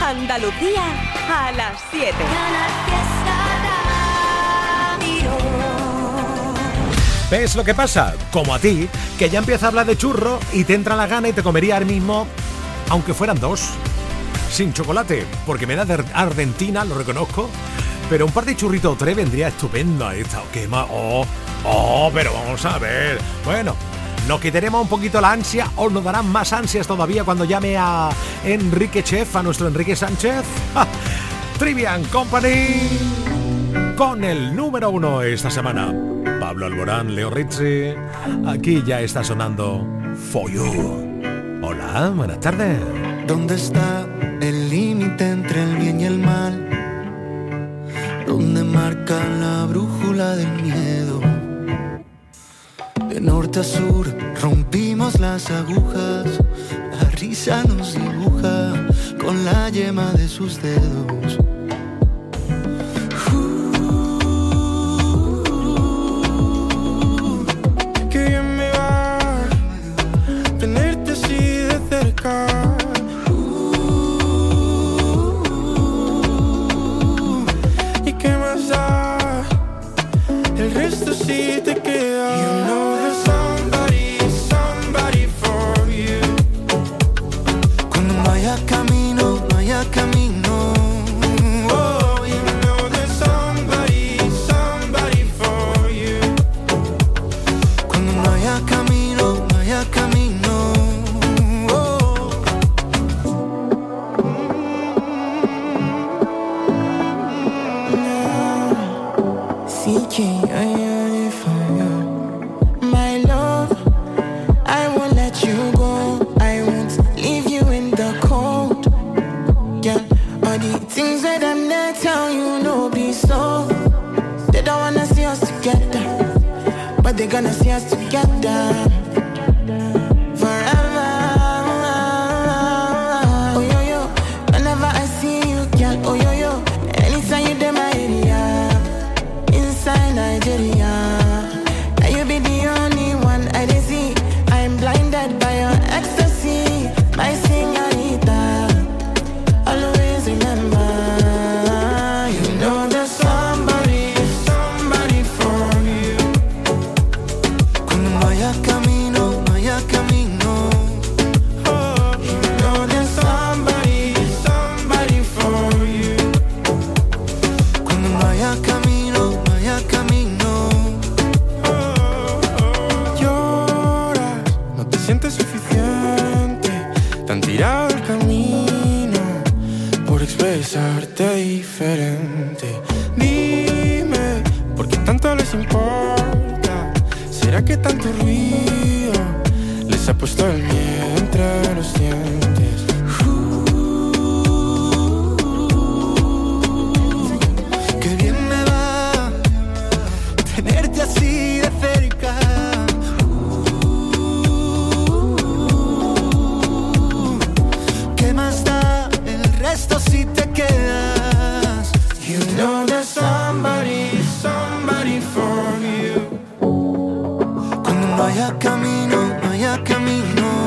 Andalucía a las 7. ¿Ves lo que pasa? Como a ti, que ya empieza a hablar de churro y te entra la gana y te comería ahora mismo, aunque fueran 2, sin chocolate, porque me da de Argentina, lo reconozco, pero un par de churritos o 3 vendría estupendo a esta. ¿Qué más? Pero vamos a ver. Bueno, nos quitaremos un poquito la ansia o nos darán más ansias todavía cuando llame a Enrique Chef, a nuestro Enrique Sánchez. Trivian Company con el número 1 esta semana. Pablo Alborán, Leo Rizzi. Aquí ya está sonando For You. Hola, buenas tardes. ¿Dónde está el límite entre el bien y el mal? ¿Dónde marca la brújula del miedo? De norte a sur rompimos las agujas. La risa nos dibuja con la yema de sus dedos. Qué bien me va tenerte así de cerca. ¿Y qué más da? El resto sí te queda. You know there's somebody for you. Cuando no haya camino, no haya camino. Oh, you know there's somebody for you. Cuando no haya camino, no haya camino. CKII for you. My love, I won't let you go. I won't leave you in the cold. Yeah, all the things that I'm there tell you no be so. They don't wanna see us together, but they're gonna see us together forever. Oh yo yo, whenever I see you, girl. Oh yo yo, anytime you do my area, inside Nigeria, and you be the only one I did see. I'm blinded by your ecstasy, my señorita. Always remember, you know there's somebody for you. Cuando no haya camino, no haya camino. Oh, you know there's somebody for you. Cuando no haya camino, no haya camino. Lloras, no te sientes suficiente, tan tirado el camino por expresarte diferente. Dime, ¿por qué tanto les importa? ¿Será que tanto ruido les ha puesto el miedo entre los dientes? Qué bien me va tenerte así de cerca. ¿Qué más da el resto si te quedas? You know there's somebody for you. Cuando no haya camino, no haya camino.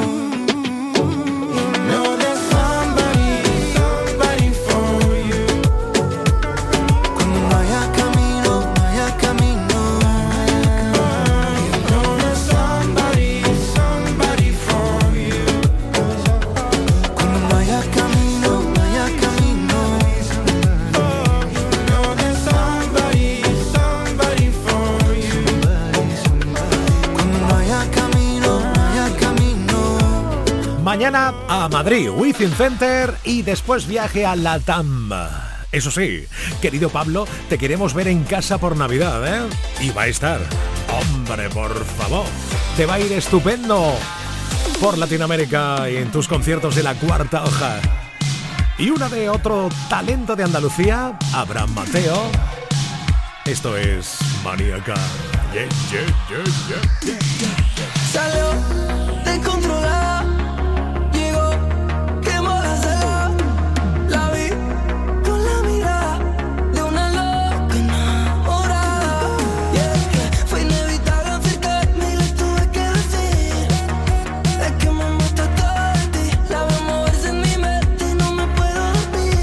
You know there's somebody for you. Cuando no haya camino, no haya camino. You know there's somebody for you. Cuando no haya camino, no haya camino. You know there's somebody for you. Cuando no haya camino, no haya camino. Mañana a Madrid, Within Center y después viaje a Latam. Eso sí, querido Pablo, te queremos ver en casa por Navidad, ¿eh? Y va a estar. Hombre, por favor, te va a ir estupendo por Latinoamérica y en tus conciertos de La Cuarta Hoja. Y una de otro talento de Andalucía, Abraham Mateo. Esto es Maníaca. Yeah, yeah, yeah, yeah, yeah. Salió descontrolada, llegó, quemó la sala. La vi con la mirada de una loca enamorada. Yeah, fue inevitable acercarme y le tuve que decir: es que me gusta todo de ti. La veo moverse en mi mente y no me puedo dormir.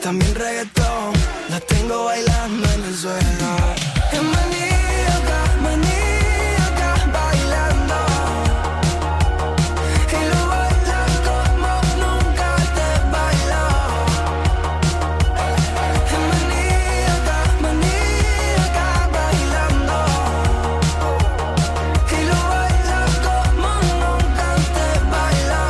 también reggaetón. La tengo bailando en el suelo. Es maníaca, maníaca, bailando. Y lo baila como nunca te bailó. Es maníaca, maníaca, bailando. Y lo baila como nunca te bailó.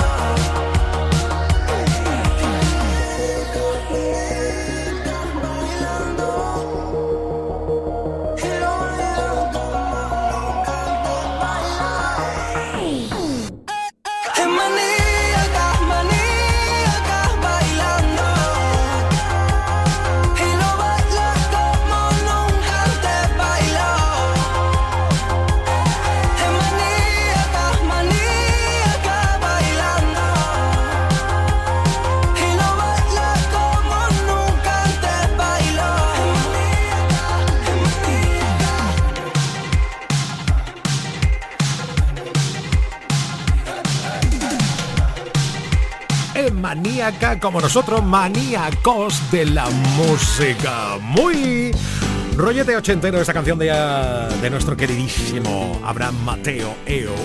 Es maníaca, maníaca, bailando. Y lo baila como nunca te bailó. Es maníaca, maníaca, bailando. Y lo baila como nunca te bailó. Es Es maníaca como nosotros, maníacos de la música. Muy rollete ochentero esta canción de nuestro queridísimo Abraham Mateo.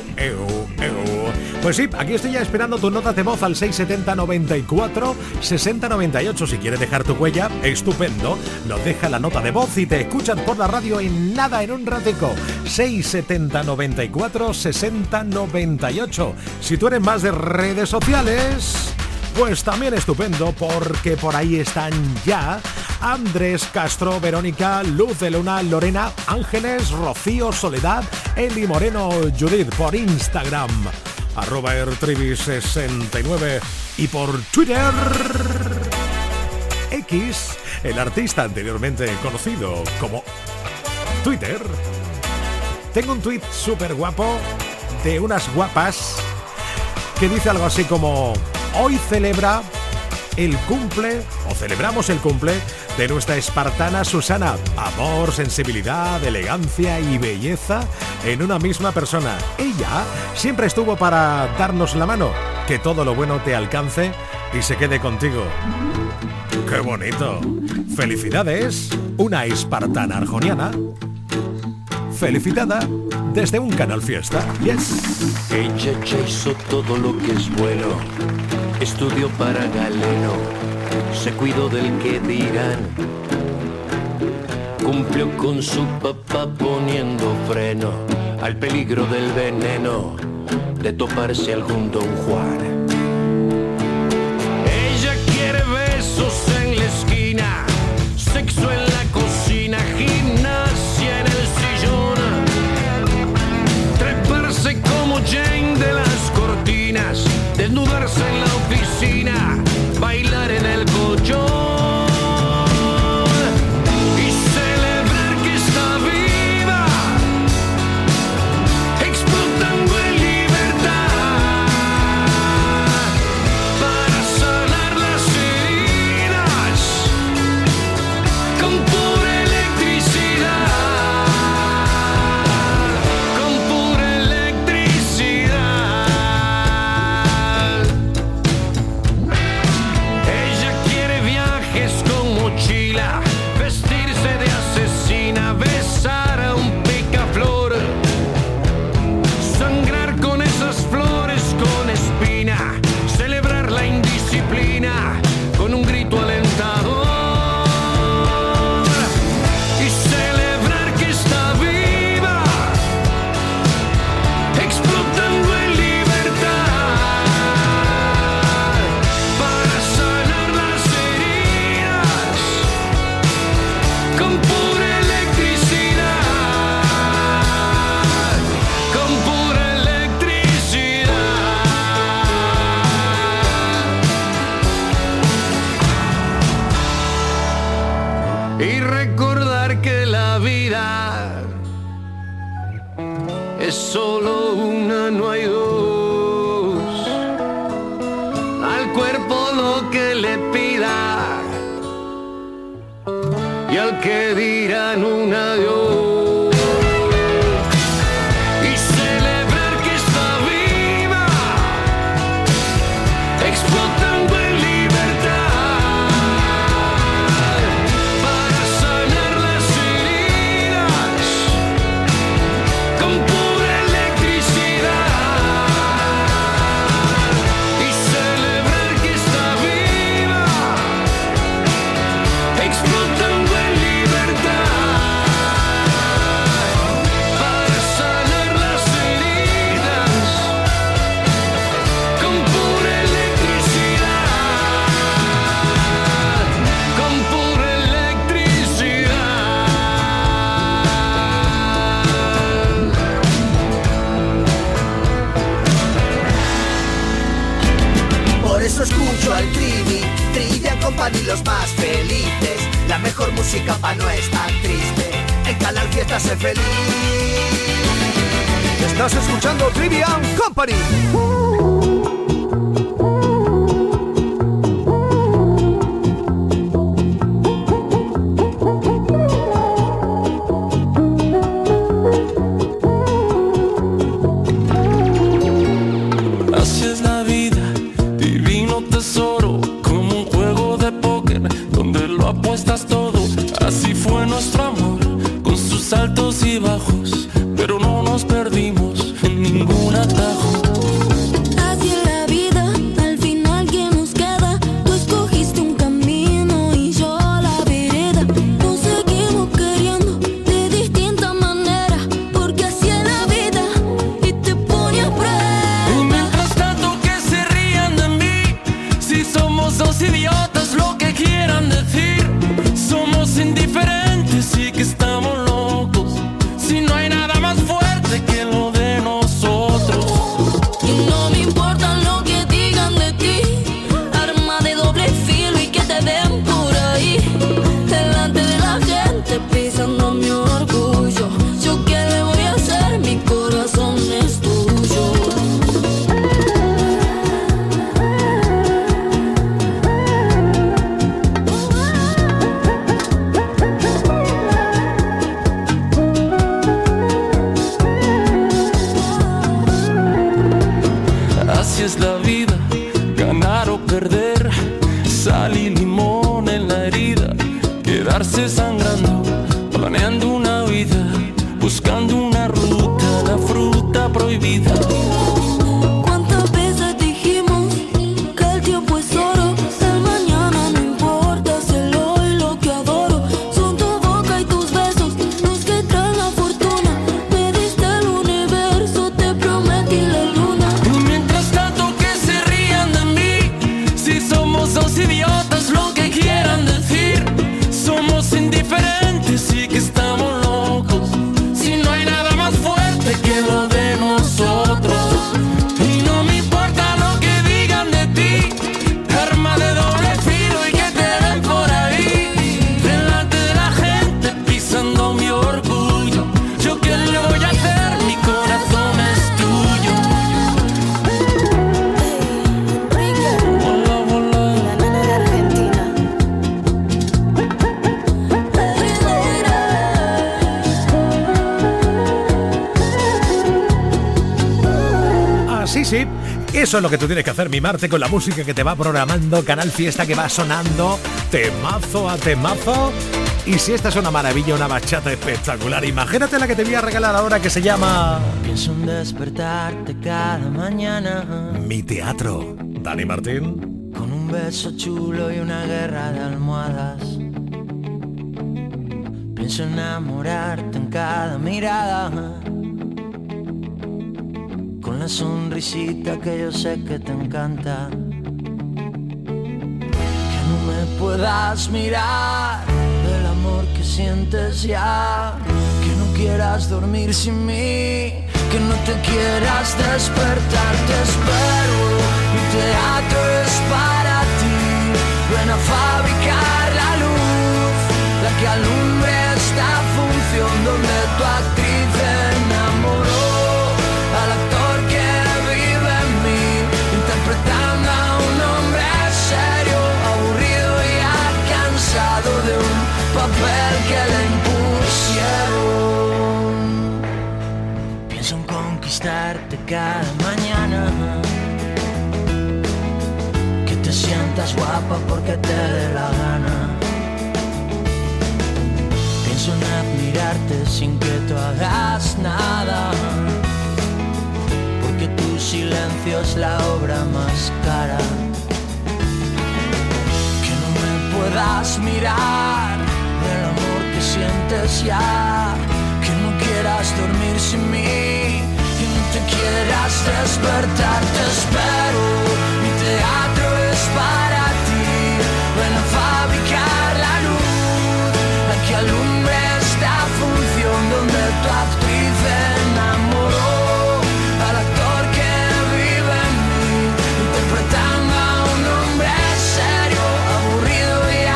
Pues sí, aquí estoy ya esperando tu nota de voz al 670 94 60 98. Si quieres dejar tu huella, estupendo. Nos deja la nota de voz y te escuchan por la radio en nada, en un ratico. 670 94 60 98. Si tú eres más de redes sociales, pues también estupendo, porque por ahí están ya Andrés, Castro, Verónica, Luz de Luna, Lorena, Ángeles, Rocío, Soledad, Eli Moreno, Judith por Instagram, @ertrivi69 y por Twitter X, el artista anteriormente conocido como Twitter. Tengo un tweet súper guapo de unas guapas que dice algo así como: hoy celebra el cumple, o celebramos el cumple de nuestra espartana Susana. Amor, sensibilidad, elegancia y belleza en una misma persona. Ella siempre estuvo para darnos la mano. Que todo lo bueno te alcance y se quede contigo. ¡Qué bonito! Felicidades, una espartana arjoniana. Felicitada desde un Canal Fiesta. Yes. Ella ya hizo todo lo que es bueno, estudió para Galeno, se cuidó del que dirán, cumplió con su papá poniendo freno al peligro del veneno de toparse algún Don Juan. Ella quiere besos en la esquina, sexo en la cocina, gimnasia en el sillón, treparse como Jane de las cortinas, desnudarse en la oficina, bailar en el colchón y celebrar que está viva, explotando en libertad para sanar las heridas con pura electricidad, con pura electricidad. Ella quiere viajes con mochila, vestirse de asesina, besar a un picaflor, sangrar con esas flores con espina, celebrar la indisciplina con un grito alentador y celebrar que está viva, explotando en libertad para sanar las heridas con pura electricidad, con pura electricidad. Y recordar que la vida es solo una, no hay dos. Al cuerpo lo que le pida y al que dirán un adiós. Y celebrar que está viva, explotando en libertad los más felices. La mejor música pa' no estar triste. En Canal Fiesta sé feliz. Estás escuchando Trivian Company. Así es la vida, divino tesoro, como un juego de póker donde lo apuestas todo. Así fue nuestro amor, con sus altos y bajos, pero no nos perdimos en ningún atajo. Así es la vida, al final ¿qué nos queda? Tú escogiste un camino y yo la vereda. Nos seguimos queriendo de distinta manera, porque así es la vida y te pone a prueba. Y mientras tanto que se rían de mí, si somos dos idiotas, lo que quieran decir. Somos indiferentes y que estamos locos, si no hay nada más fuerte que lo de nosotros. Y no me importa lo que digan de ti, arma de doble filo y que te den por ahí, delante de la gente pisando mi orgullo. Yo qué le voy a hacer, mi corazón es tuyo. Así es la vida, ganar o perder, sal y limón en la herida, quedarse sangrando, planeando una vida, buscando una ruta, la fruta prohibida. ¿Cuántas veces dijimos que el tiempo es oro? El mañana no importa, es el hoy lo que adoro. Son tu boca y tus besos los que traen la fortuna. Me diste el universo, te prometí la luna. Y mientras tanto que se rían de mí, si somos dos idiotas, lo que quieran decir. Somos indiferentes y que estamos locos, si no hay nada más fuerte que lo de nosotros. Y no me importa lo que digan de ti, arma de doble filo y que te den por ahí, delante de la gente pisando mi orgullo. Yo qué le voy a hacer, mi corazón es tuyo. Hola, hola. La nena de Argentina. Sí, sí, eso es lo que tú tienes que hacer, mimarte con la música que te va programando Canal Fiesta, que va sonando temazo a temazo. Y si esta es una maravilla, una bachata espectacular, imagínate la que te voy a regalar ahora, que se llama Pienso en despertarte cada mañana Mi Teatro. Dani Martín. con un beso chulo y una guerra de almohadas. Pienso enamorarte en cada mirada, con la sonrisita que yo sé que te encanta. Que no me puedas mirar del amor que sientes ya, que no quieras dormir sin mí, que no te quieras despertar. Te espero, mi teatro es para ti. Ven a fabricar la luz, la que alumbre esta función donde tu actriz enamoró al actor que vive en mí, interpretando a un hombre serio, aburrido y cansado de un papel que le impusieron. Pienso en conquistarte cada mañana, que te sientas guapa porque te dé la gana. Pienso en admirarte sin que tú hagas nada, porque tu silencio es la obra más cara. Que no me puedas mirar del amor que sientes ya, que no quieras dormir sin mí, que no te quieras despertar. Te espero, mi teatro es para ti. Ven a fabricar la luz, la que alumbre esta función donde tu actriz enamoró al actor que vive en mí, interpretando a un hombre serio, aburrido y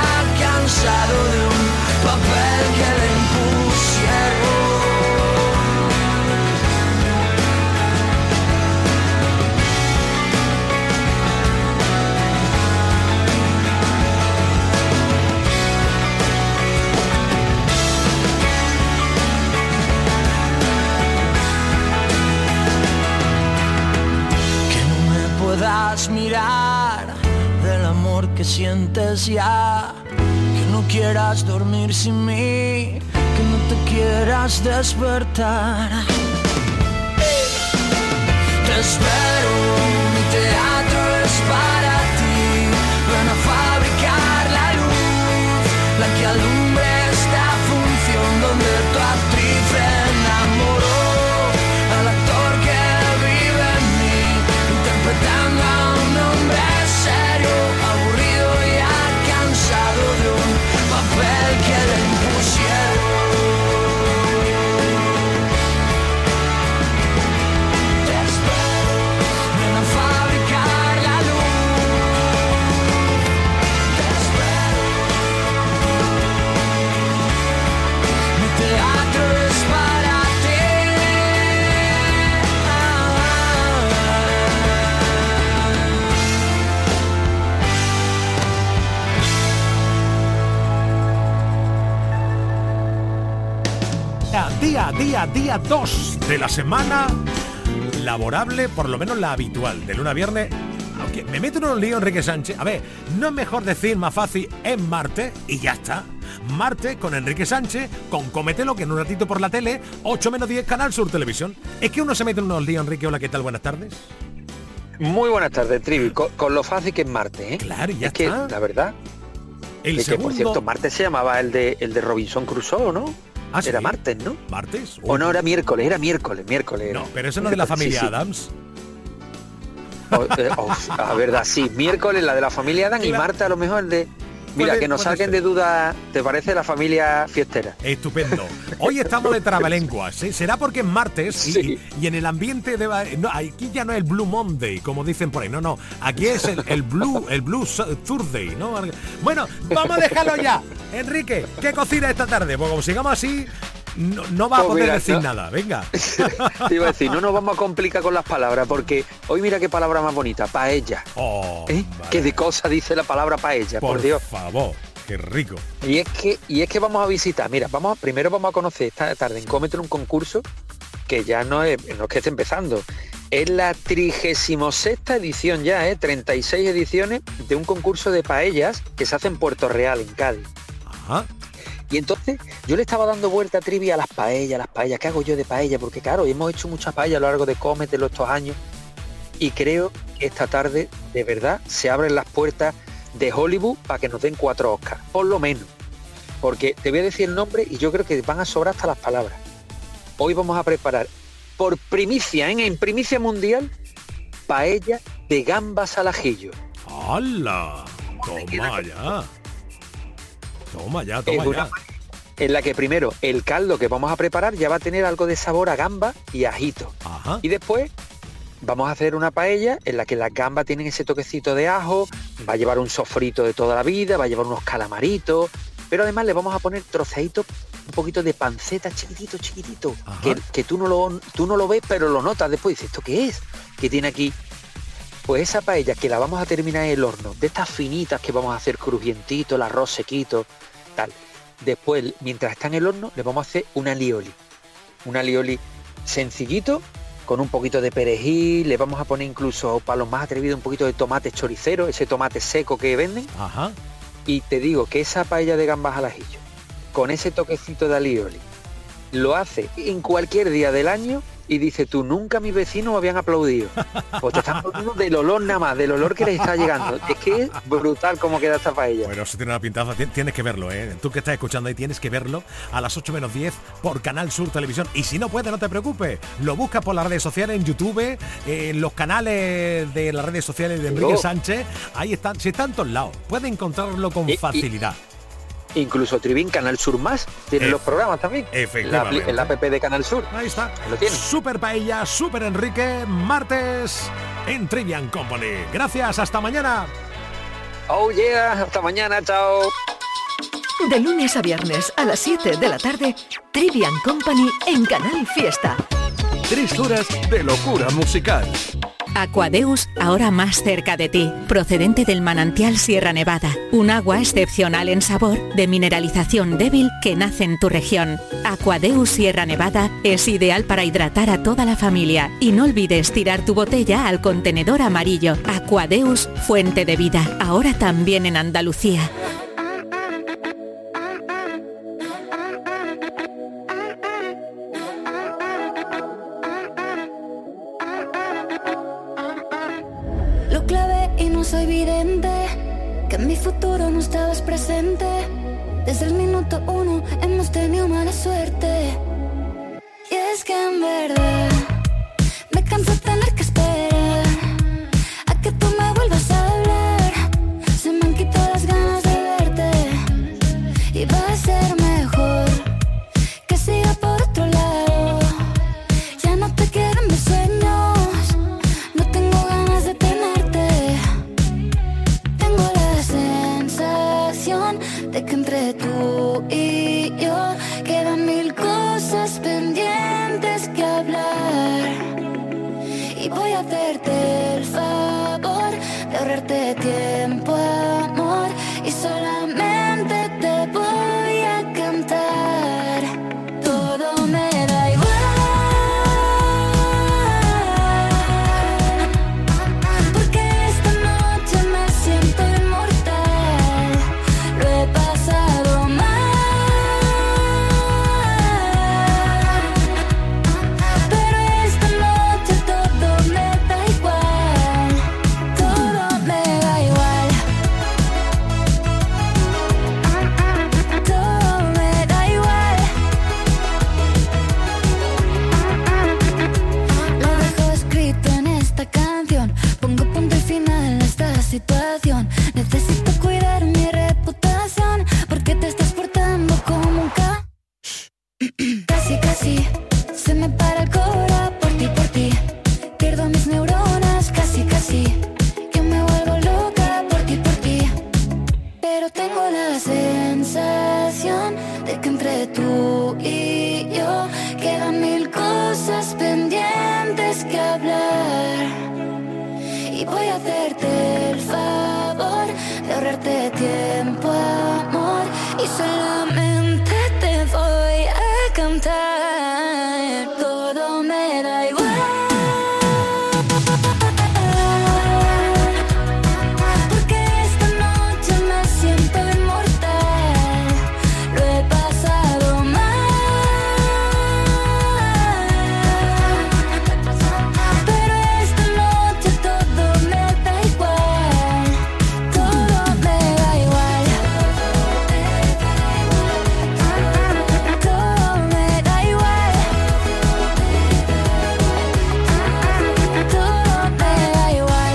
que sientes ya, que no quieras dormir sin mí, que no te quieras despertar. Te espero, mi teatro es para ti. Ven a fabricar la luz, la que alumbre esta función donde tu actriz enamoró al actor que vive en mí, interpretando a un hombre serio, aburrido y cansado de un papel que le impusieron. Día 2 de la semana laborable, por lo menos la habitual, de lunes a viernes. Aunque me meto en un lío, Enrique Sánchez. A ver, no es mejor decir, más fácil, es martes y ya está. Martes con Enrique Sánchez, con Cómetelo, que en un ratito por la tele, 8 menos 10, Canal Sur Televisión. Es que uno se mete en unos líos, Enrique. Hola, ¿qué tal? Buenas tardes. Muy buenas tardes, Trivi. Con lo fácil que es martes, ¿eh? Claro, y ya es está. Que, la verdad, el es segundo... que, por cierto, martes se llamaba el de Robinson Crusoe, ¿no? ¿Ah, sí? Era martes, ¿no? ¿Martes? O no, era miércoles era. No, pero eso no es de la familia sí. Adams. A verdad, sí, miércoles la de la familia Adams, claro. Y martes a lo mejor el de... Mira, que nos salgan de duda, ¿te parece la familia fiestera? Estupendo. Hoy estamos de trabalenguas, ¿eh? Será porque es martes sí. y en el ambiente de... No, aquí ya no es el Blue Monday, como dicen por ahí. No. Aquí es el Blue Thursday, ¿no? Bueno, vamos a dejarlo ya. Enrique, ¿qué cocina esta tarde? Porque como sigamos así, no va a poder decir nada. Venga. Te iba a decir, no nos vamos a complicar con las palabras, porque hoy mira qué palabra más bonita, paella. Vale. ¿Qué de cosa dice la palabra paella? Por Dios. Por favor, qué rico. Y es que vamos a visitar, mira, primero vamos a conocer esta tarde en Cómetelo un concurso que ya no es que esté empezando. Es la 36ª edición ya, 36 ediciones de un concurso de paellas que se hace en Puerto Real, en Cádiz. Ajá. Y entonces yo le estaba dando vuelta a Trivia a las paellas, ¿qué hago yo de paella? Porque claro, hemos hecho muchas paellas a lo largo de Cómetelo estos años y creo que esta tarde de verdad se abren las puertas de Hollywood para que nos den 4 Oscars, por lo menos. Porque te voy a decir el nombre y yo creo que van a sobrar hasta las palabras. Hoy vamos a preparar por primicia, en primicia mundial, paella de gambas al ajillo. ¡Hala! Toma ya. Toma ya. En la que primero el caldo que vamos a preparar ya va a tener algo de sabor a gamba y ajito. Ajá. Y después vamos a hacer una paella en la que las gambas tienen ese toquecito de ajo, va a llevar un sofrito de toda la vida, va a llevar unos calamaritos, pero además le vamos a poner troceditos, un poquito de panceta chiquitito, que tú no lo ves, pero lo notas después. Dices, ¿esto qué es? ¿Qué tiene aquí? Pues esa paella que la vamos a terminar en el horno, de estas finitas que vamos a hacer crujientito, el arroz sequito, tal. Después, mientras está en el horno, le vamos a hacer un alioli sencillito, con un poquito de perejil, le vamos a poner incluso, para los más atrevidos, un poquito de tomate choricero, ese tomate seco que venden. Ajá. Y te digo que esa paella de gambas al ajillo, con ese toquecito de alioli, lo hace en cualquier día del año y dice, tú, nunca mis vecinos me habían aplaudido. Pues te están aplaudiendo del olor nada más, del olor que les está llegando. Es que es brutal cómo queda esta paella. Bueno, eso tiene una pintaza, tienes que verlo, ¿eh? Tú que estás escuchando ahí tienes que verlo a las 8 menos 10 por Canal Sur Televisión. Y si no puedes, no te preocupes. Lo buscas por las redes sociales, en YouTube, en los canales de las redes sociales de Enrique Sánchez. Ahí están, si está en todos lados. Puedes encontrarlo con facilidad. Incluso Trivín, Canal Sur Más, tiene los programas también. Efectivamente. El app de Canal Sur. Ahí está. Lo tiene. Super Paella, Super Enrique, martes en Trivian Company. Gracias, hasta mañana. Oh yeah, hasta mañana, chao. De lunes a viernes a las 7 de la tarde, Trivian Company en Canal Fiesta. 3 horas de locura musical. Aquadeus, ahora más cerca de ti, procedente del manantial Sierra Nevada, un agua excepcional en sabor, de mineralización débil que nace en tu región. Aquadeus Sierra Nevada es ideal para hidratar a toda la familia y no olvides tirar tu botella al contenedor amarillo. Aquadeus, fuente de vida, ahora también en Andalucía. Lo clavé y no soy vidente, que en mi futuro no estabas presente. Desde el minuto 1 hemos tenido mala suerte. Y es que en verdad me canso de tener que esperar a que tú me vuelvas a hablar. Se me han quitado las ganas de verte y va a ser mejor que siga por otro lado. Ya no te quiero en mis sueños, no tengo ganas de tenerte. Tengo la sensación de que entre tú y yo quedan mil cosas pendientes que hablar. Y voy a hacerte el favor de ahorrarte tiempo, amor, y solamente te voy a cantar. Todo me da igual, porque esta noche me siento inmortal. Lo he pasado mal, pero esta noche todo me da igual. Todo me da igual. Todo me da igual. Lo dejo escrito en esta canción. Pongo punto y final a esta situación. Necesito cuidar mi reputación, porque te estás portando como un casi, casi. Se me para el cora por ti. Pierdo mis neuronas, casi, casi. Yo me vuelvo loca por ti. Pero tengo la sensación de que entre tú y yo quedan mil cosas pendientes que hablar. Y voy a hacerte el favor de ahorrarte tiempo, amor, y solamente te voy a cantar. Todo me da igual, porque esta noche me siento inmortal. Lo he pasado mal, pero esta noche todo me da igual. Todo me da igual. Todo me da igual. Todo me da igual.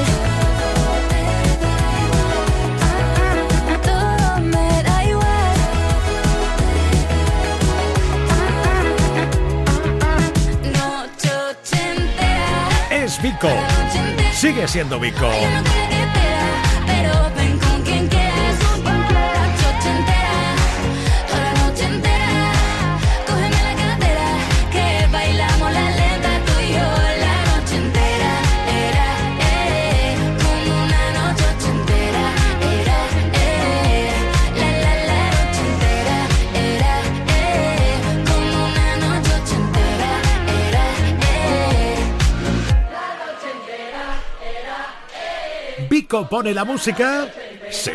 Todo me da igual. Noche ochentera, Es Vico. Sigue siendo Vico. yo no quiero que espera, pero ven con quien quieras. Noche ochentera, toda la noche entera. Cógeme la cartera, que bailamos la lenta tú y yo. La noche entera era, como una noche ochentera. Era, la noche entera era, como una noche ochentera. Era, Vico pone la música. Sí.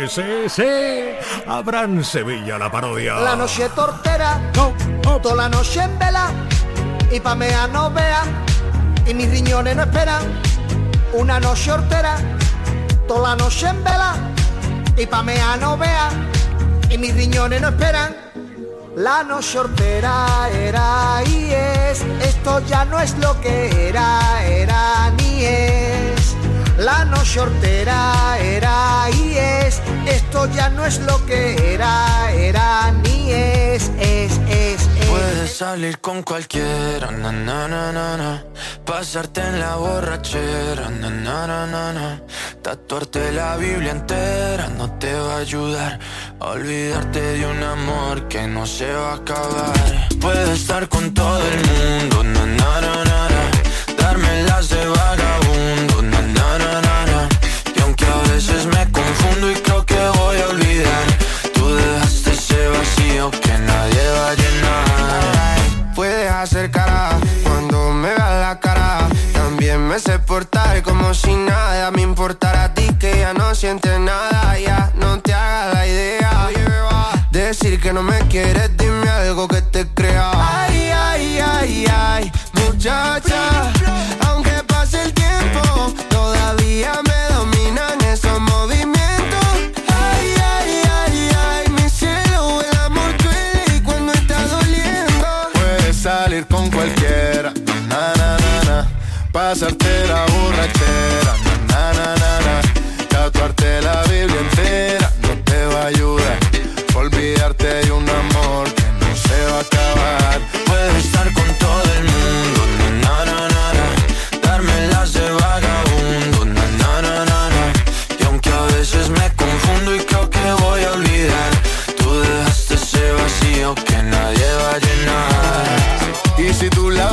Abraham Sevilla, la parodia. La noche tortera, toda la noche en vela, y pa' mea no vea, y mis riñones no esperan. Una noche hortera, toda la noche en vela, y pa' mea no vea, y mis riñones no esperan. La noche hortera era y es, esto ya no es lo que era ni es. La noche hortera era y es, esto ya no es lo que era ni es. Puedes salir con cualquiera, na na na na na. Pasarte en la borrachera, na na na na na. Tatuarte la Biblia entera no te va a ayudar a olvidarte de un amor que no se va a acabar. Puedes estar con todo el mundo, na na na na na. Darme las de vagabundo, na na na na na. Y aunque a veces me confundo y creo que voy a olvidar, tú dejaste ese vacío que nadie va a llenar. sientes nada, ya no te hagas la idea. Decir que no me quieres, dime algo que te crea. Ay, ay, ay, ay, muchacha, aunque pase el tiempo, todavía me dominan esos movimientos. Ay, ay, ay, ay, mi cielo, el amor duele y cuando está doliendo. Puedes salir con cualquiera, na, na, na, na. Pasarte la borrachera, na, na, na, na. Tatuarte la Biblia entera no te va a ayudar. Olvidarte de un amor que no se va a acabar. Puedes estar con todo el mundo, na, na, na, na. Darme las de vagabundo, na, na, na, na, na. Y aunque a veces me confundo y creo que voy a olvidar, tú dejaste ese vacío que nadie va a llenar. Y si tú la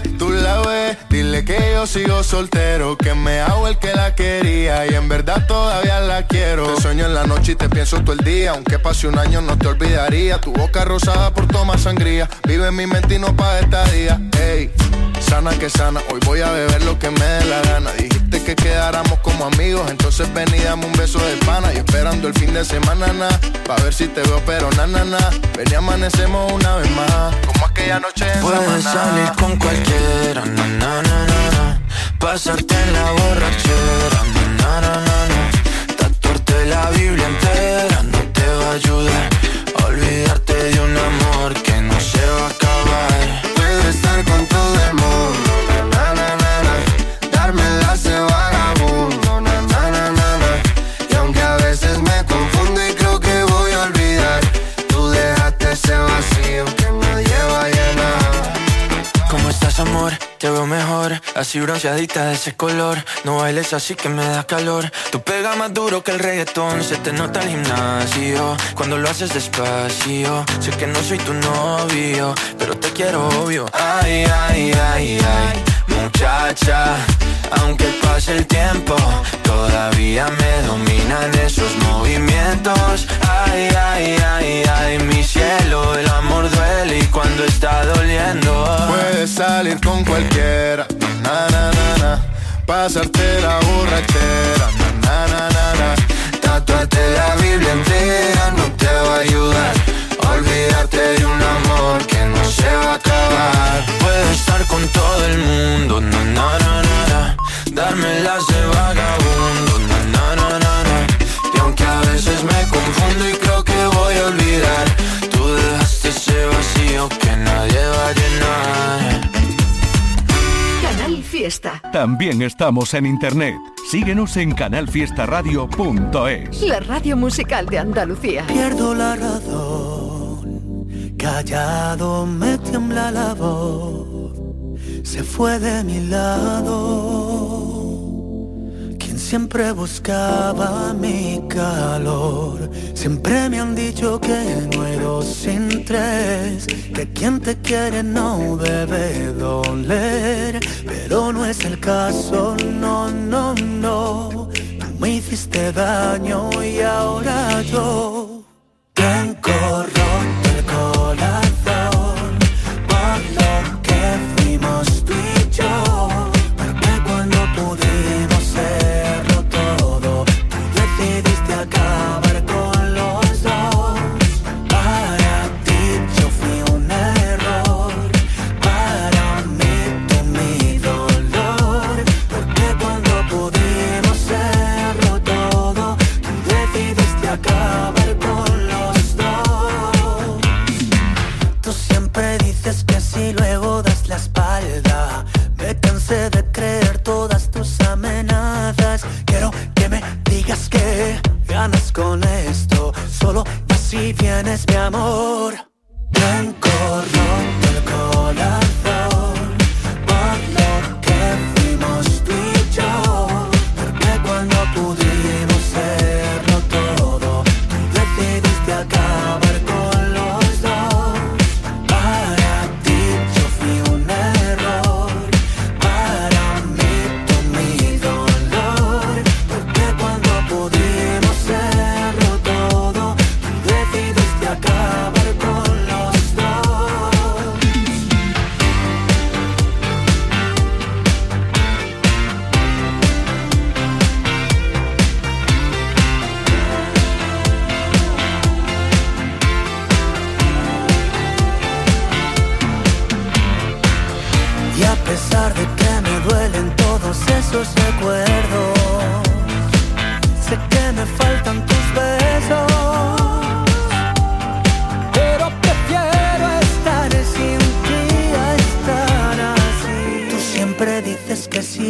ves, dile que yo sigo soltero, que me hago el que la quería y en verdad todavía la quiero. Te sueño en la noche y te pienso todo el día, aunque pase un año no te olvidaría. Tu boca rosada por tomar sangría, vive en mi mente y no pa' estadía. Ey, sana que sana, hoy voy a beber lo que me dé la gana. Dijiste que quedáramos como amigos, entonces ven y dame un beso de pana. Y esperando el fin de semana, na, pa' ver si te veo pero na, na, na. Ven y amanecemos una vez más, como aquella noche en Samaná. Puedes salir con cualquiera, na, na, na, na, na. Pasarte en la borrachera, na, na, na, na. Tatuarte la Biblia entera no te va a ayudar. Olvidarte de un amor que no se va a acabar. Puedes estar con todo el mundo, na, na, na, na. Darme las de vagabundo, na, na, na, na, na. Y aunque a veces me confundo y creo que voy a olvidar, tú dejaste ese vacío que nadie va a llenar. ¿Cómo estás, amor? Te veo mejor, así bronceadita de ese color. No bailes así que me da calor. Tú pegas más duro que el reggaetón, se te nota el gimnasio cuando lo haces despacio. Sé que no soy tu novio, pero te quiero obvio. Ay, ay, ay, ay, muchacha, aunque pase el tiempo, todavía me dominan esos movimientos. Ay, ay, ay, ay, mi cielo, el amor duele y cuando está doliendo. Puedes salir con cualquiera, na, na, na, na. Pasarte la borrachera, na, na, na, na. Tatuarte la Biblia entera no te va a ayudar. Olvidarte de un amor que no se va a acabar. Puedes estar con todo el mundo, na, na, na, na, na. Darme las de vagabundo, na, na, na, na, na. Y aunque a veces me confundo y creo que voy a olvidar, tú dejaste ese vacío que nadie va a llenar. Canal Fiesta. También estamos en internet. Síguenos en canalfiestaradio.es. La radio musical de Andalucía. Pierdo la razón, callado me tiembla la voz. Se fue de mi lado quien siempre buscaba mi calor. Siempre me han dicho que no hay dos sin tres, que quien te quiere no debe doler, pero no es el caso, no, no, no. Tú me hiciste daño y ahora yo tengo roto el corazón por lo que fuimos tú y yo, porque cuando pudimos serlo todo, tú decidiste acabar con los dos. Para ti yo fui un error, para mí tú mi dolor, porque cuando pudimos serlo todo, tú decidiste acabar con los dos. Tú siempre dices que si luego das la espalda, me cansé de creer todas tus amenazas. Quiero que me digas que ganas con esto, solo así vienes mi amor. Tengo roto el corazón por lo que fuimos tú y yo, porque cuando pudimos serlo todo, tú decidiste acabar con los dos. Para ti yo fui un error, para mí tú mi dolor, porque cuando pudimos serlo todo, tú decidiste acabar con los dos.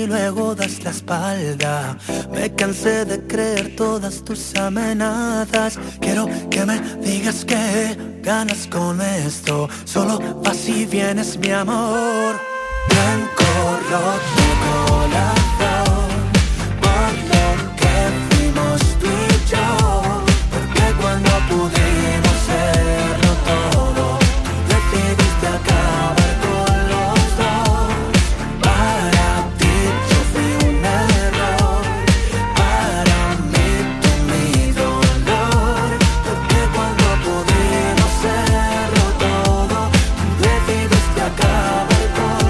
y luego das la espalda. Me cansé de creer todas tus amenazas. Quiero que me digas que ganas con esto. Solo vas y vienes, mi amor. Blanco, roto el corazón por lo que fuimos tú y yo. Porque cuando pudimos serlo todo, decidiste acabar con los dos. Para ti yo fui un error, para mí tú mi dolor. Porque cuando pudimos serlo todo, decidiste acabar con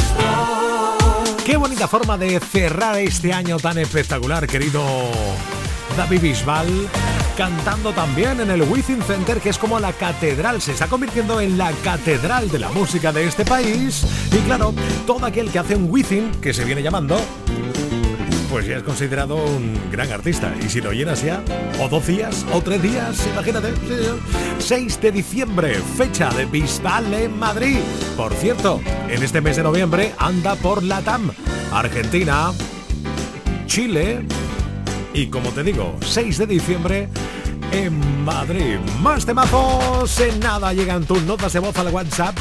los dos. Qué bonita forma de cerrar este año tan espectacular, querido David Bisbal, cantando también en el Within Center, que es como la catedral, se está convirtiendo en la catedral de la música de este país. Y claro, todo aquel que hace un Within, que se viene llamando, pues ya es considerado un gran artista. Y si lo llenas ya, o 2 días, o 3 días, imagínate. 6 de diciembre, fecha de Bisbal en Madrid. Por cierto, en este mes de noviembre anda por LATAM, Argentina, Chile y, como te digo, 6 de diciembre en Madrid. Más temazos en nada. Llegan tus notas de voz al WhatsApp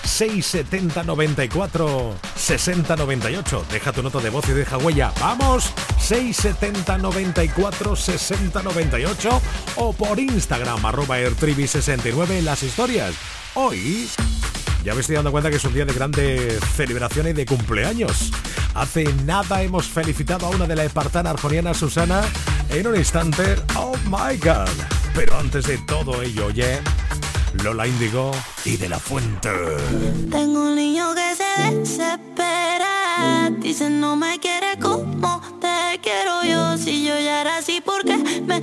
670 94 60 98. Deja tu nota de voz y deja huella. ¡Vamos! 670 94 60 98 o por Instagram @airtribi69 en las historias. Hoy ya me estoy dando cuenta que es un día de grandes celebraciones y de cumpleaños. Hace nada hemos felicitado a una de la espartana arjoniana, Susana. En un instante, oh my God. Pero antes de todo ello, oye, Lola Índigo y De La Fuente. Tengo un niño que se desespera. Dice no me quiere como te quiero yo. Si yo ya era así, ¿por qué me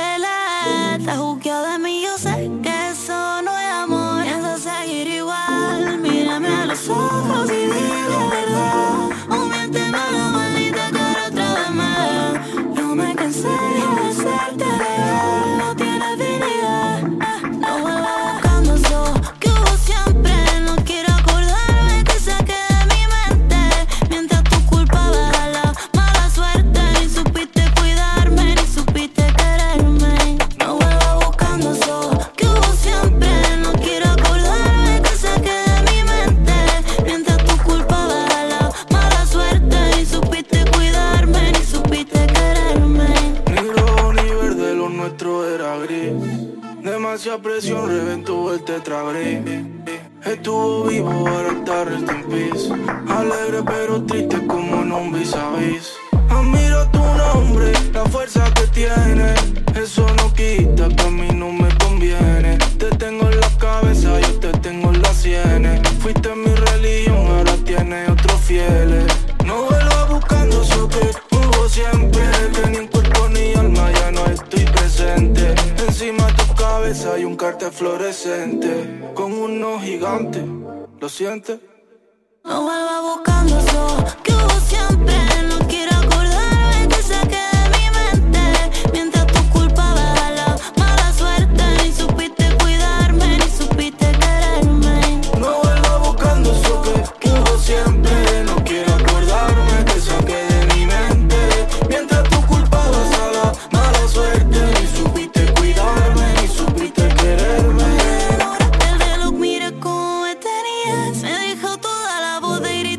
cela? Está juzgado de mí, yo sé que eso no es amor. Piensa seguir igual, mírame a los ojos y dime verdad. O miénteme la maldita cara otra vez más. Yo me cansé de hacerte real. No tienes dignidad, no vuelvas buscando eso que hubo siempre. No quiero acordarme, te saqué de mi mente. Mientras tu culpa baja la mala suerte. Ni supiste cuidarme, ni supiste quererme. No vuelvas buscando eso que hubo siempre. No quiero acordarme, te saqué de mi mente. Mientras tu culpa baja la mala suerte. Ni supiste cuidarme, ni supiste quererme. Ni rojo ni verde, lo nuestro era gris. Demasiada presión, reventó el tetragris. Estuvo vivo, ahora está rest in peace. Alegre pero triste como en un vis a vis. Admiro tu nombre, la fuerza que tiene. Eso no quita que a mí no me conviene. Te tengo en la cabeza, yo te tengo en las sienes. Fuiste mi religión, ahora tienes otros fieles. No vuelvas buscando eso que hubo siempre. Que ni en cuerpo ni alma ya no estoy presente. Encima de tu cabeza hay un cartel fluorescente con unos gigantes, ¿lo sientes? No vuelvas buscando eso que hubo siempre. No quiero acordarme, te saqué de mi mente. Mientras tu culpa baja la mala suerte. Ni supiste cuidarme, ni supiste quererme. No vuelvas buscando eso que hubo siempre. No quiero acordarme, te saqué de mi mente. Mientras tu culpa baja la mala suerte. Ni supiste cuidarme, ni supiste quererme. El reloj mira cómo me tenías. Me dijo toda la voz de gritar.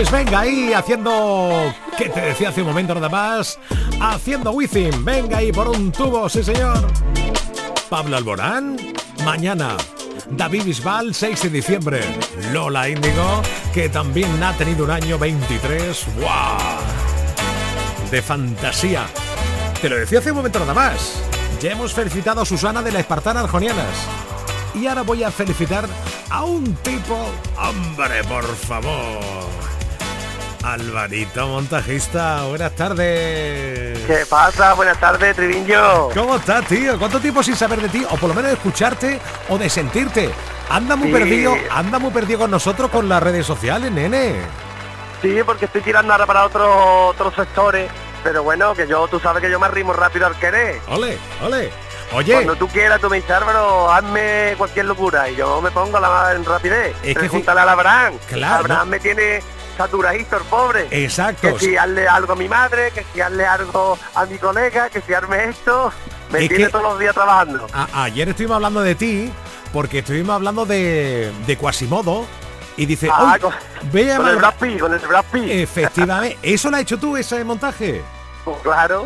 Pues venga ahí haciendo, ¿qué te decía hace un momento nada más? Haciendo Wizzing, venga ahí por un tubo, sí señor. Pablo Alborán, mañana. David Bisbal, 6 de diciembre. Lola Índigo, que también ha tenido un año 23. ¡Wow! De fantasía. Te lo decía hace un momento nada más. Ya hemos felicitado a Susana de la Espartana Arjonianas. Y ahora voy a felicitar a un tipo... ¡Hombre, por favor! Alvarito Montajista, buenas tardes. ¿Qué pasa? Buenas tardes, Triviño. ¿Cómo estás, tío? ¿Cuánto tiempo sin saber de ti? O por lo menos de escucharte o de sentirte. Anda muy perdido con nosotros con las redes sociales, nene. Sí, porque estoy tirando ahora para otros sectores. Pero bueno, que tú sabes que yo me arrimo rápido al querer. Ole, ole. Oye, cuando tú quieras, tú me dices, Álvaro, hazme cualquier locura y yo me pongo en rapidez. Es que júntale a Abraham. Claro. Abraham me tiene saturadito, el pobre. Exacto. Que si hazle algo a mi madre, que si hazle algo a mi colega, que si arme esto. Me tiene todos los días trabajando. Ayer estuvimos hablando de ti, porque estuvimos hablando de Quasimodo. Y dice, ve a con el Brad Pitt. Efectivamente. ¿Eso lo has hecho tú, ese montaje? Pues claro.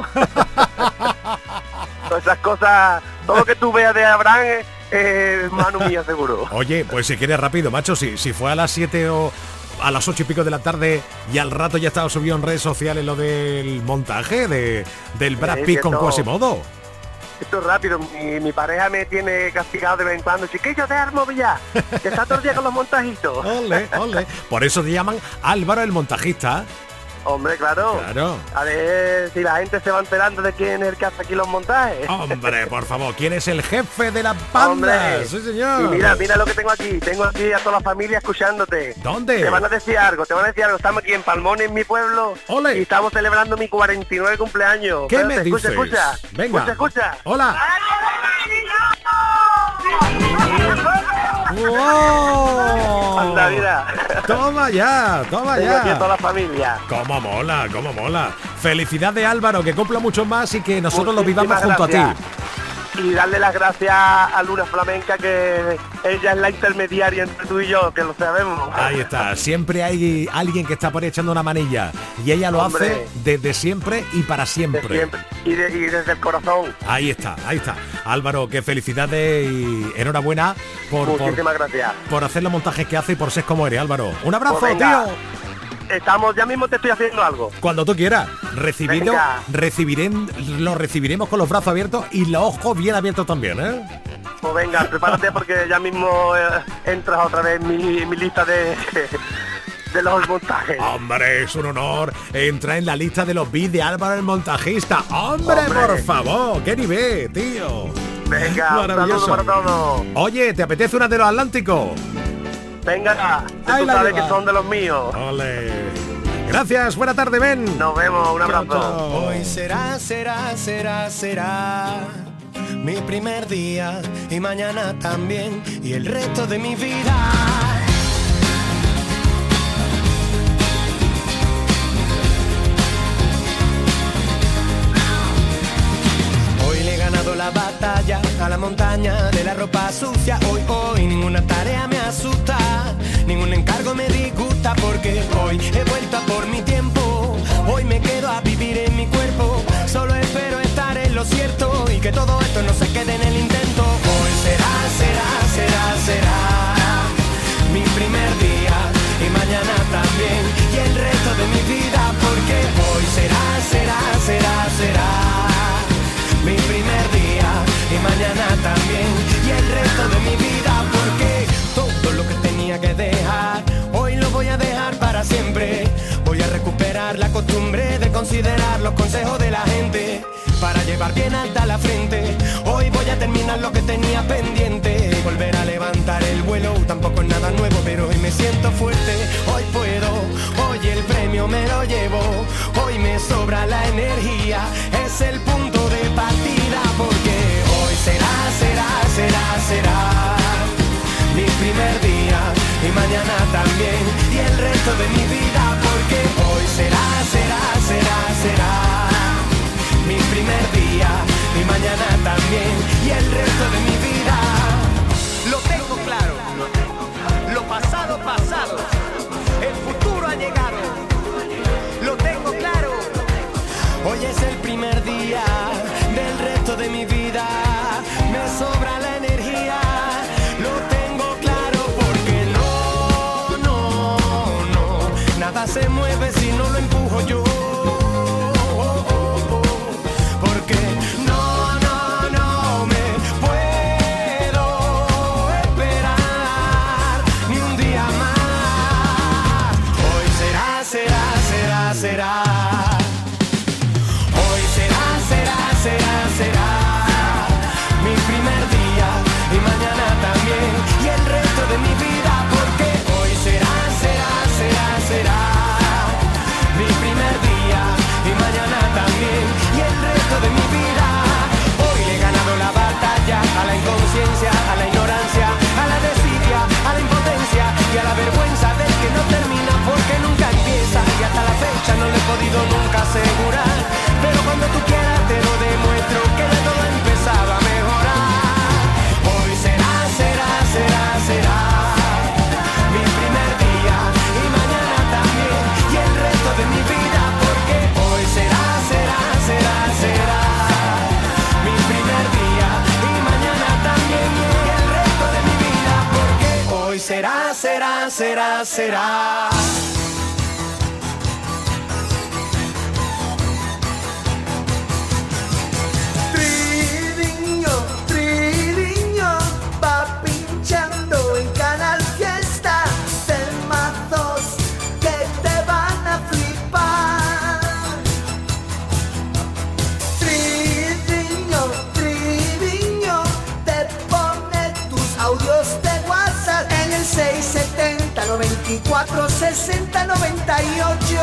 Todas esas cosas, todo lo que tú veas de Abraham es mano mía, seguro. Oye, pues si quieres rápido, macho, si fue a las 7 o a las 8 y pico de la tarde y al rato ya estaba subido en redes sociales lo del montaje del Brad Pitt con Quasimodo. Esto es rápido, mi pareja me tiene castigado de vez en cuando. Chiquillo, te armo ya, que está todo el día con los montajitos. Ole, ole. Por eso te llaman Álvaro el Montajista. Hombre, claro. A ver si la gente se va enterando de quién es el que hace aquí los montajes. Hombre, por favor, ¿quién es el jefe de la banda? Hombre. Sí, señor. Y mira lo que tengo aquí. Tengo aquí a toda la familia escuchándote. ¿Dónde? Te van a decir algo. Estamos aquí en Palmón, en mi pueblo. Ole. Y estamos celebrando mi 49 cumpleaños. ¿Qué me dices? Escucha. Venga. Escucha. Hola. ¡Wow! Anda, mira. Toma ya. Aquí a toda la familia. Cómo mola. Felicidad de Álvaro, que cumpla mucho más y que nosotros lo vivamos junto a ti. Y darle las gracias a Luna Flamenca, que ella es la intermediaria entre tú y yo, que lo sabemos. Ahí está, siempre hay alguien que está por ahí echando una manilla y ella lo hace desde siempre y para siempre. Y desde el corazón. Ahí está. Álvaro, que felicidades y enhorabuena Muchísimas gracias por hacer los montajes que hace y por ser como eres, Álvaro. Un abrazo, pues tío. Ya mismo te estoy haciendo algo. Cuando tú quieras. Lo recibiremos con los brazos abiertos y los ojos bien abiertos también, ¿eh? Pues venga, prepárate porque ya mismo entras otra vez en mi lista de los montajes. Hombre, es un honor entrar en la lista de los beats de Álvaro el Montajista. Hombre, por favor, qué nivel, tío. Venga, maravilloso. Un saludo para todos. Oye, ¿te apetece una de los Atlánticos? Venga, tú sabes que son de los míos. Ole. Gracias, buena tarde, Ben. Nos vemos, un abrazo. Chao. Hoy será mi primer día y mañana también y el resto de mi vida. Hoy le he ganado la batalla a la montaña de la ropa sucia. Hoy ninguna tarea me asusta, ningún encargo me disgusta, porque hoy he vuelto a por mi tiempo. Hoy me quedo a vivir en mi cuerpo, solo espero estar en lo cierto y que todo esto no se quede en el intento. Hoy será mi primer día y mañana también y el resto de mi vida, porque hoy será mi primer día y mañana también y el resto de mi vida, porque todo lo que tenía que dejar hoy lo voy a dejar para siempre. Voy a recuperar la costumbre de considerar los consejos de la gente para llevar bien alta la frente. Hoy voy a terminar lo que tenía pendiente, volver a levantar el vuelo. Tampoco es nada nuevo, pero hoy me siento fuerte. Hoy puedo, hoy el premio me lo llevo. Hoy me sobra la energía, es el punto de partida, porque hoy será mi primer día y mañana también y el resto de mi vida, porque hoy será mi primer día y mañana también y el resto de mi vida. Lo tengo claro, lo pasado, el futuro ha llegado. se mueve si no lo empujo yo. Porque no me puedo esperar ni un día más. Hoy será. Hoy será mi primer día y mañana también y el resto de mi vida, porque hoy será mi primer día y mañana también y el resto de mi vida. Hoy he ganado la batalla a la inconsciencia, a la ignorancia, a la desidia, a la impotencia y a la vergüenza del que no termina porque nunca empieza, y hasta la fecha no lo he podido nunca asegurar, pero cuando tú quieras te lo demuestro que de todo ha empezado a mejorar. Hoy será mi primer día y mañana también y el resto de mi vida, porque hoy será mi primer día y mañana también y el resto de mi vida, porque hoy será. Tridiño, va pinchando en Canal Fiesta temazos que te van a flipar. Tridiño, te pone tus audios de WhatsApp en el 670 94 60 98.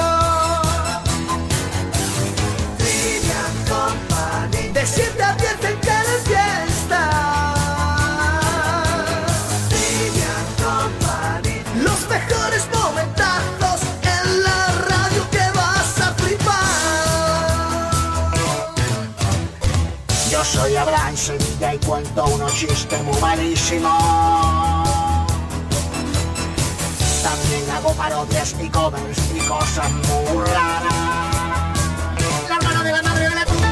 Trivian Company, de 7 a 10 en Canal Fiesta. Trivian Company, los mejores momentazos en la radio que vas a flipar. Yo soy Abraham Sevilla y cuento unos chistes muy malísimos. También hago parodias y covers y cosas muy raras. La hermana de la madre de la cruz.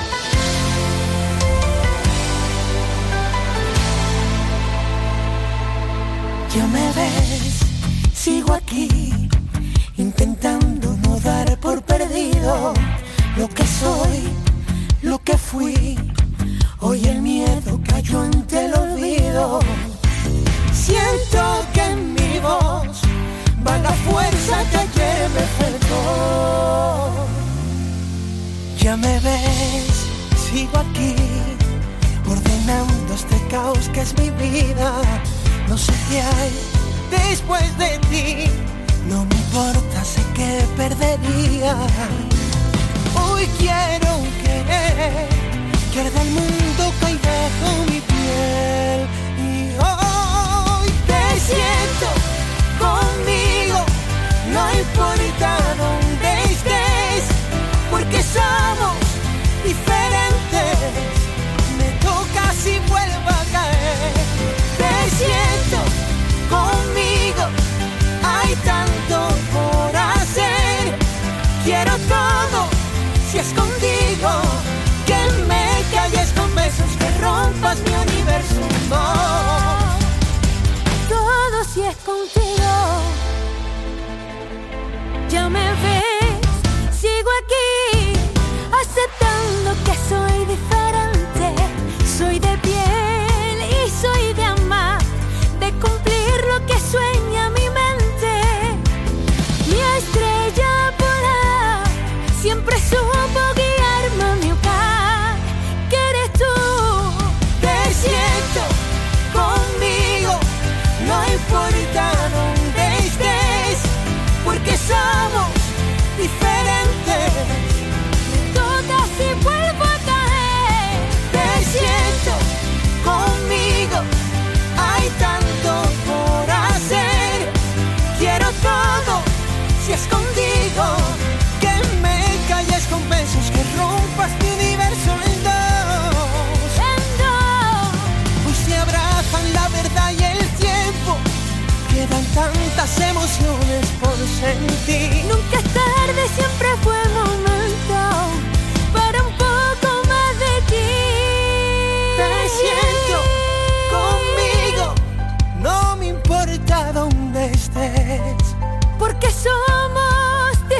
Ya me ves, sigo aquí, intentando no dar por perdido lo que soy, lo que fui. Hoy el miedo cayó ante el olvido. Siento que en mi voz va la fuerza que ayer me faltó. Ya me ves, sigo aquí, ordenando este caos que es mi vida. No sé qué hay después de ti, no me importa, sé que perdería. Hoy quiero que arda el mundo cae bajo mi piel. Y hoy te siento conmigo, no importa dónde estés, porque somos diferentes. Me toca si vuelvo a caer. Te siento conmigo, hay tanto por hacer. Quiero todo si es contigo, que me calles con besos, que rompas mi universo. No, todo si es contigo. Ya me ves, sigo aquí, aceptando que soy diferente. Soy de piel y soy de amar, de cumplir lo que sueña mi mente. Mi estrella polar siempre supo guiarme a mi hogar, que eres tú. Te siento conmigo, no importa dónde estés, porque somos diferentes. Me toca si vuelvo a caer. Te siento conmigo, hay tanto por hacer. Quiero todo si es contigo, que me calles con besos, que rompas mi universo en dos. Hoy se abrazan la verdad y el tiempo, quedan tantas emociones por sentir. Nunca es tarde, siempre fue momento para un poco más de ti. Te siento conmigo, no me importa dónde estés, porque somos diferentes.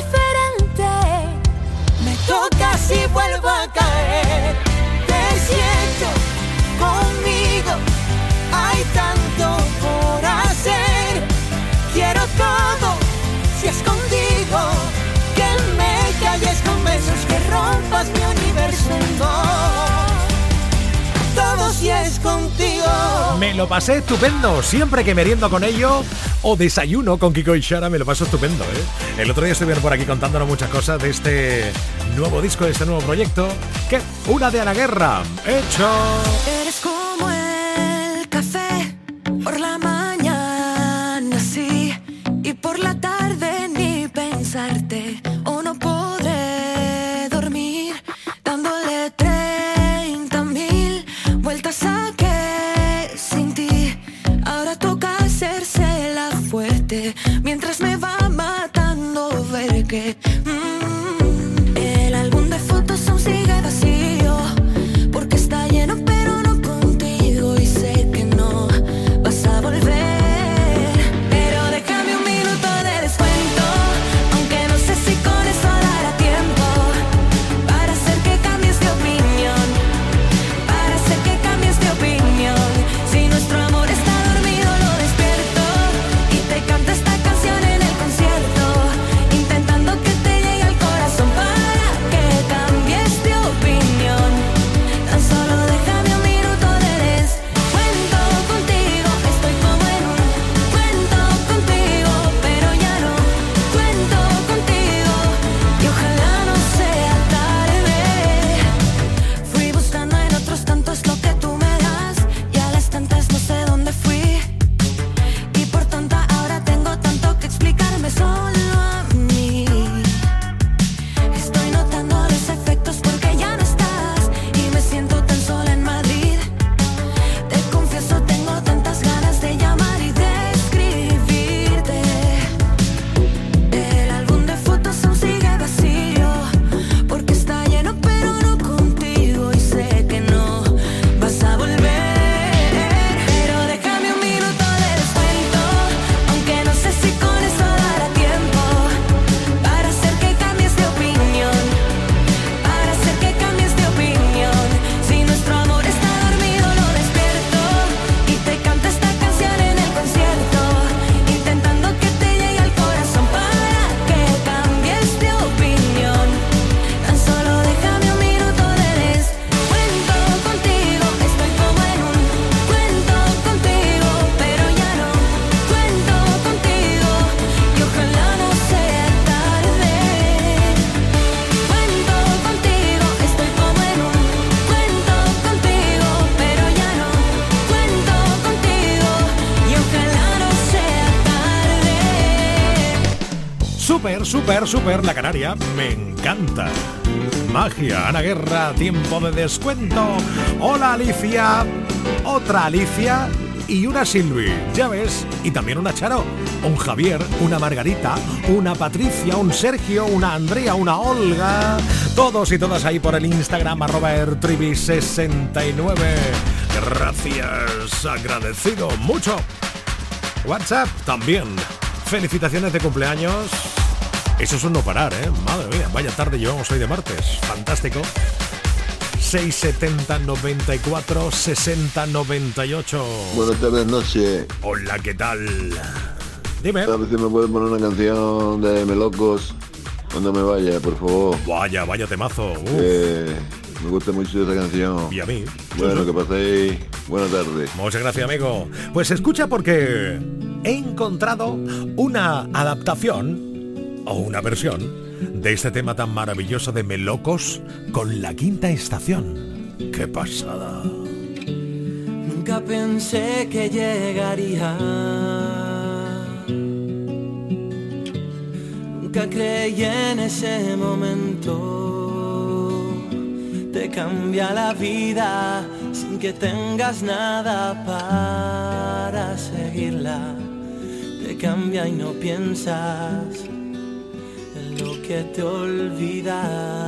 Me lo pasé estupendo. Siempre que meriendo con ello o desayuno con Kiko y Shara, me lo paso estupendo, ¿eh? El otro día estuvieron por aquí contándonos muchas cosas de este nuevo disco, de este nuevo proyecto. Que una de Ana Guerra. ¡Hecho! Eres como el café por la mañana, sí, y por la tarde ni pensarte, o no podré dormir dándole 30,000 vueltas a que sin ti ahora toca hacerse la fuerte mientras me va matando ver que el álbum de fotos aún sigue vacío porque está lleno pero no contigo y sé que no vas a volver, pero déjame un minuto de descuento, aunque no sé si con eso dará tiempo para hacer que cambies de opinión, para hacer que cambies de opinión. Si nuestro amor está dormido lo despierto y te canto esta canción en el concierto, intentando que te llegue al corazón para que cambies de opinión. Tan solo déjame un minuto de descuento contigo, estoy como en un cuento contigo, pero ya no cuento contigo y ojalá no sea tarde. Fui buscando en otros tantos lo que tú me das y a las tantas no sé dónde fui y por tonta ahora tengo tanto que explicarme solo a mí. Estoy notando los efectos porque ya no estás y me siento tan sola en Madrid. Te confieso tengo tantas ganas de llamar y de escribirte. El álbum de fotos aún sigue vacío porque está lleno pero no contigo y sé que no vas a volver, pero déjame un minuto de descuento, aunque no sé si con eso dará tiempo para hacer que cambies de opinión, para hacer que cambies de opinión. Si nuestro amor está dormido lo despierto y te canto esta canción en el concierto, intentando que te llegue al corazón para que cambies de opinión. Tan solo déjame un minuto de descuento contigo, estoy como en un cuento contigo, pero ya no cuento contigo y ojalá no sea tarde. Cuento contigo, estoy como en un cuento contigo, pero ya no cuento contigo y ojalá no sea tarde. Súper, la Canaria. Me encanta. Magia, Ana Guerra, tiempo de descuento. Hola Alicia. Otra Alicia y una Silvi, ya ves, y también una Charo, un Javier, una Margarita, una Patricia, un Sergio, una Andrea, una Olga, todos y todas ahí por el Instagram @ertrivi69. Gracias, agradecido mucho. WhatsApp también. Felicitaciones de cumpleaños. Eso es un no parar, madre mía, vaya tarde llevamos hoy de martes, fantástico. 670 94 60 98. Buenas tardes, noche. Hola, ¿qué tal? Dime. A ver si me pueden poner una canción de Melocos cuando me vaya, por favor. Vaya temazo. Me gusta mucho esa canción. Y a mí. Bueno, que paséis. Buenas tardes. Muchas gracias, amigo. Pues escucha porque he encontrado una adaptación o una versión de este tema tan maravilloso de Melocos con La Quinta Estación. ¡Qué pasada! Nunca pensé que llegaría, nunca creí en ese momento. Te cambia la vida sin que tengas nada para seguirla. Te cambia y no piensas lo que te olvidas.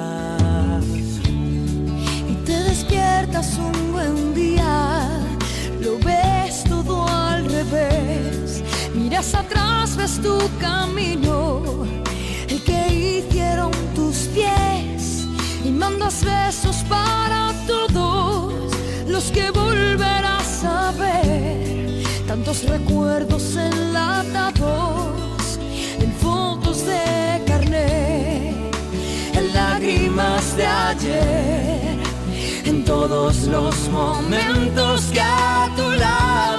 Y te despiertas un buen día, lo ves todo al revés, miras atrás, ves tu camino, el que hicieron tus pies, y mandas besos para todos los que volverás a ver. Tantos recuerdos enlatados en fotos de carnet, en lágrimas de ayer, en todos los momentos que a tu lado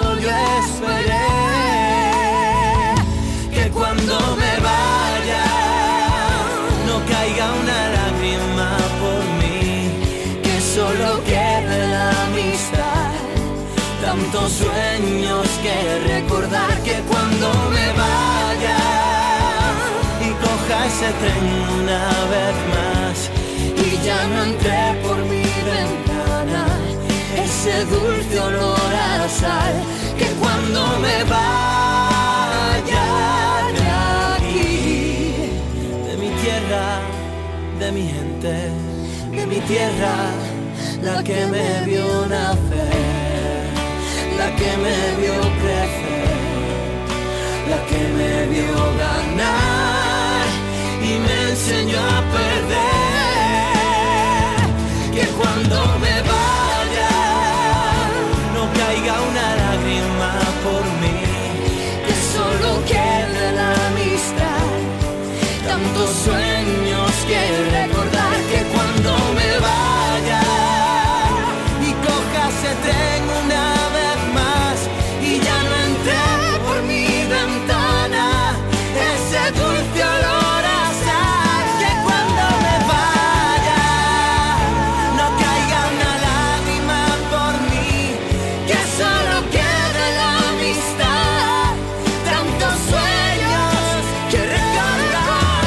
tantos sueños que recordar, que cuando me vaya y coja ese tren una vez más y ya no entré por mi ventana, ese dulce olor a sal, que cuando me vaya de aquí, de mi tierra, de mi gente, de mi tierra, la que me vio nacer, la que me vio crecer, la que me vio ganar y me enseñó a perder, que cuando me vaya no caiga una lágrima por mí, que solo quede la amistad, tantos sueños que recordar, que cuando me vaya y coja ese tren una vez más y ya no entré por mi ventana, ese dulce olor a sal, que cuando me vaya no caiga una lágrima por mí, que solo quede la amistad, tantos sueños que recordar.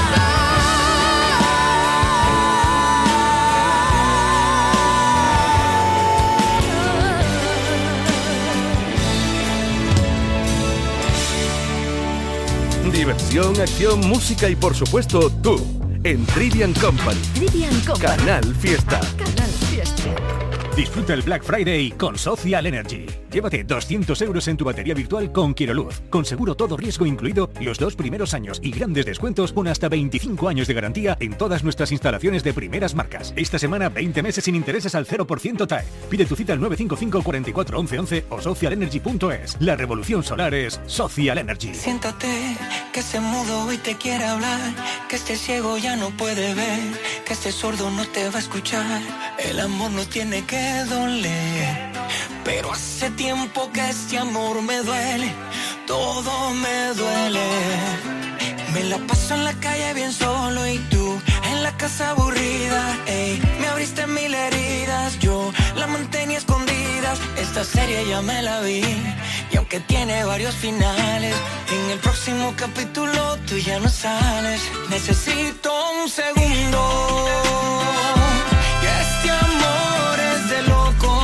Diversión, acción, música y por supuesto tú en Trivian Company. Trivian Company. Canal Fiesta. Canal Fiesta. Disfruta el Black Friday con Social Energy. Llévate 200 euros en tu batería virtual con Quiroluz, con seguro todo riesgo incluido los 2 primeros años y grandes descuentos con hasta 25 años de garantía en todas nuestras instalaciones de primeras marcas. Esta semana 20 meses sin intereses al 0% TAE. Pide tu cita al 955 44 11 11 o socialenergy.es. La revolución solar es Social Energy. Siéntate, que este mudo hoy te quiere hablar, que este ciego ya no puede ver, que este sordo no te va a escuchar. El amor no tiene que doler, pero hace tiempo que este amor me duele, todo me duele. Me la paso en la calle bien solo y tú en la casa aburrida, ey. Me abriste 1000 heridas, yo la mantenía escondidas. Esta serie ya me la vi y aunque tiene varios finales, en el próximo capítulo tú ya no sales. Necesito un segundo, y este amor es de locos,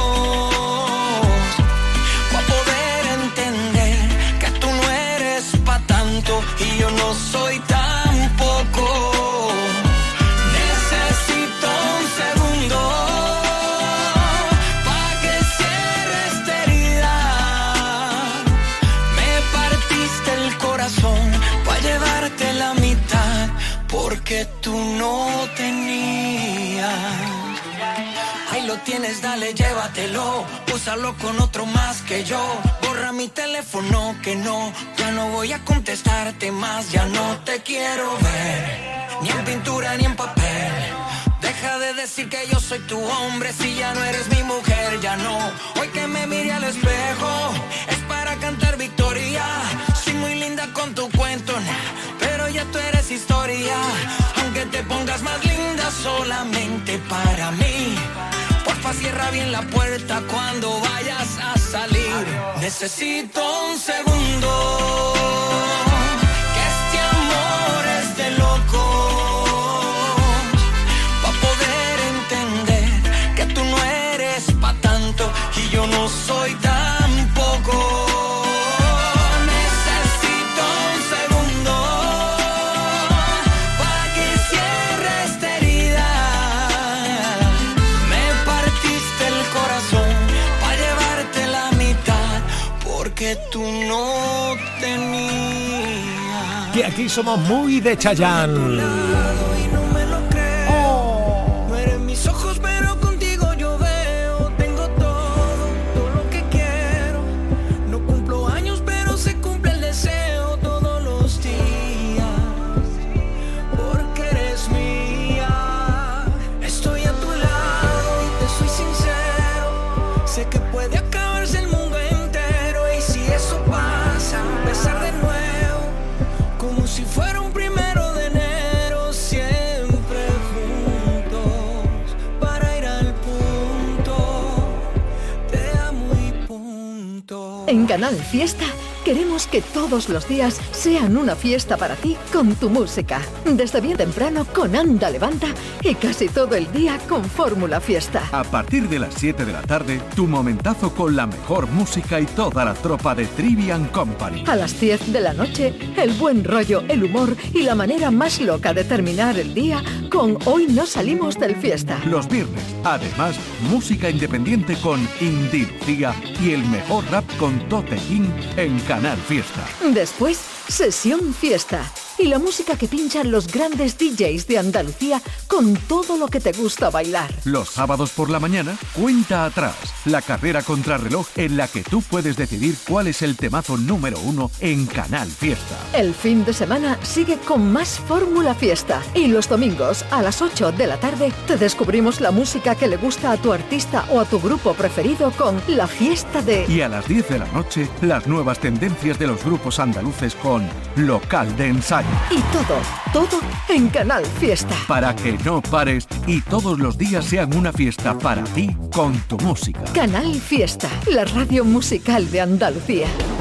para poder entender que tú no eres pa' tanto y yo no soy tampoco. Necesito un segundo pa' que cierre esta herida. Me partiste el corazón pa' llevarte la mitad, porque tú no tenías. Ahí lo tienes, dale, llévatelo, úsalo con otro más que yo. Borra mi teléfono que no, ya no voy a contestarte más, ya no te quiero ver, ni en pintura ni en papel. Deja de decir que yo soy tu hombre si ya no eres mi mujer, ya no. Hoy que me mire al espejo es para cantar victoria. Soy muy linda con tu cuento, pero ya tú eres historia. Aunque te pongas más linda solamente para mí, porfa cierra bien la puerta cuando vayas a salir. Necesito un segundo, que este amor es de locos, pa' poder entender que tú no eres pa' tanto y yo no soy tampoco. Necesito un segundo pa' que cierre esta herida. Me partiste el corazón pa' llevarte la mitad, porque tú no tenías. Que aquí somos muy de Chayanne. No eres mis ojos, pero contigo yo veo. Tengo todo lo que quiero. No cumplo años, pero se cumple el deseo todos los días, porque eres mía. Estoy a tu lado y te soy sincero. Sé que puede acabarse el mundo entero, y si eso pasa, empezar de nuevo, como si fuera un 1 de enero, siempre. Canal Fiesta queremos que todos los días sean una fiesta para ti con tu música. Desde bien temprano con Anda Levanta y casi todo el día con Fórmula Fiesta. A partir de las 7 de la tarde, tu momentazo con la mejor música y toda la tropa de Trivian Company. A las 10 de la noche, el buen rollo, el humor y la manera más loca de terminar el día con Hoy no salimos del Fiesta. Los viernes, además, música independiente con Indy Lucía y el mejor rap con Tote King en Canal Fiesta. Después, Sesión Fiesta. Y la música que pinchan los grandes DJs de Andalucía con todo lo que te gusta bailar. Los sábados por la mañana, Cuenta Atrás, la carrera contrarreloj en la que tú puedes decidir cuál es el temazo número 1 en Canal Fiesta. El fin de semana sigue con más Fórmula Fiesta. Y los domingos a las 8 de la tarde te descubrimos la música que le gusta a tu artista o a tu grupo preferido con La Fiesta de... Y a las 10 de la noche, las nuevas tendencias de los grupos andaluces con Local de Ensayo. Y todo en Canal Fiesta. Para que no pares y todos los días sean una fiesta para ti con tu música. Canal Fiesta, la radio musical de Andalucía.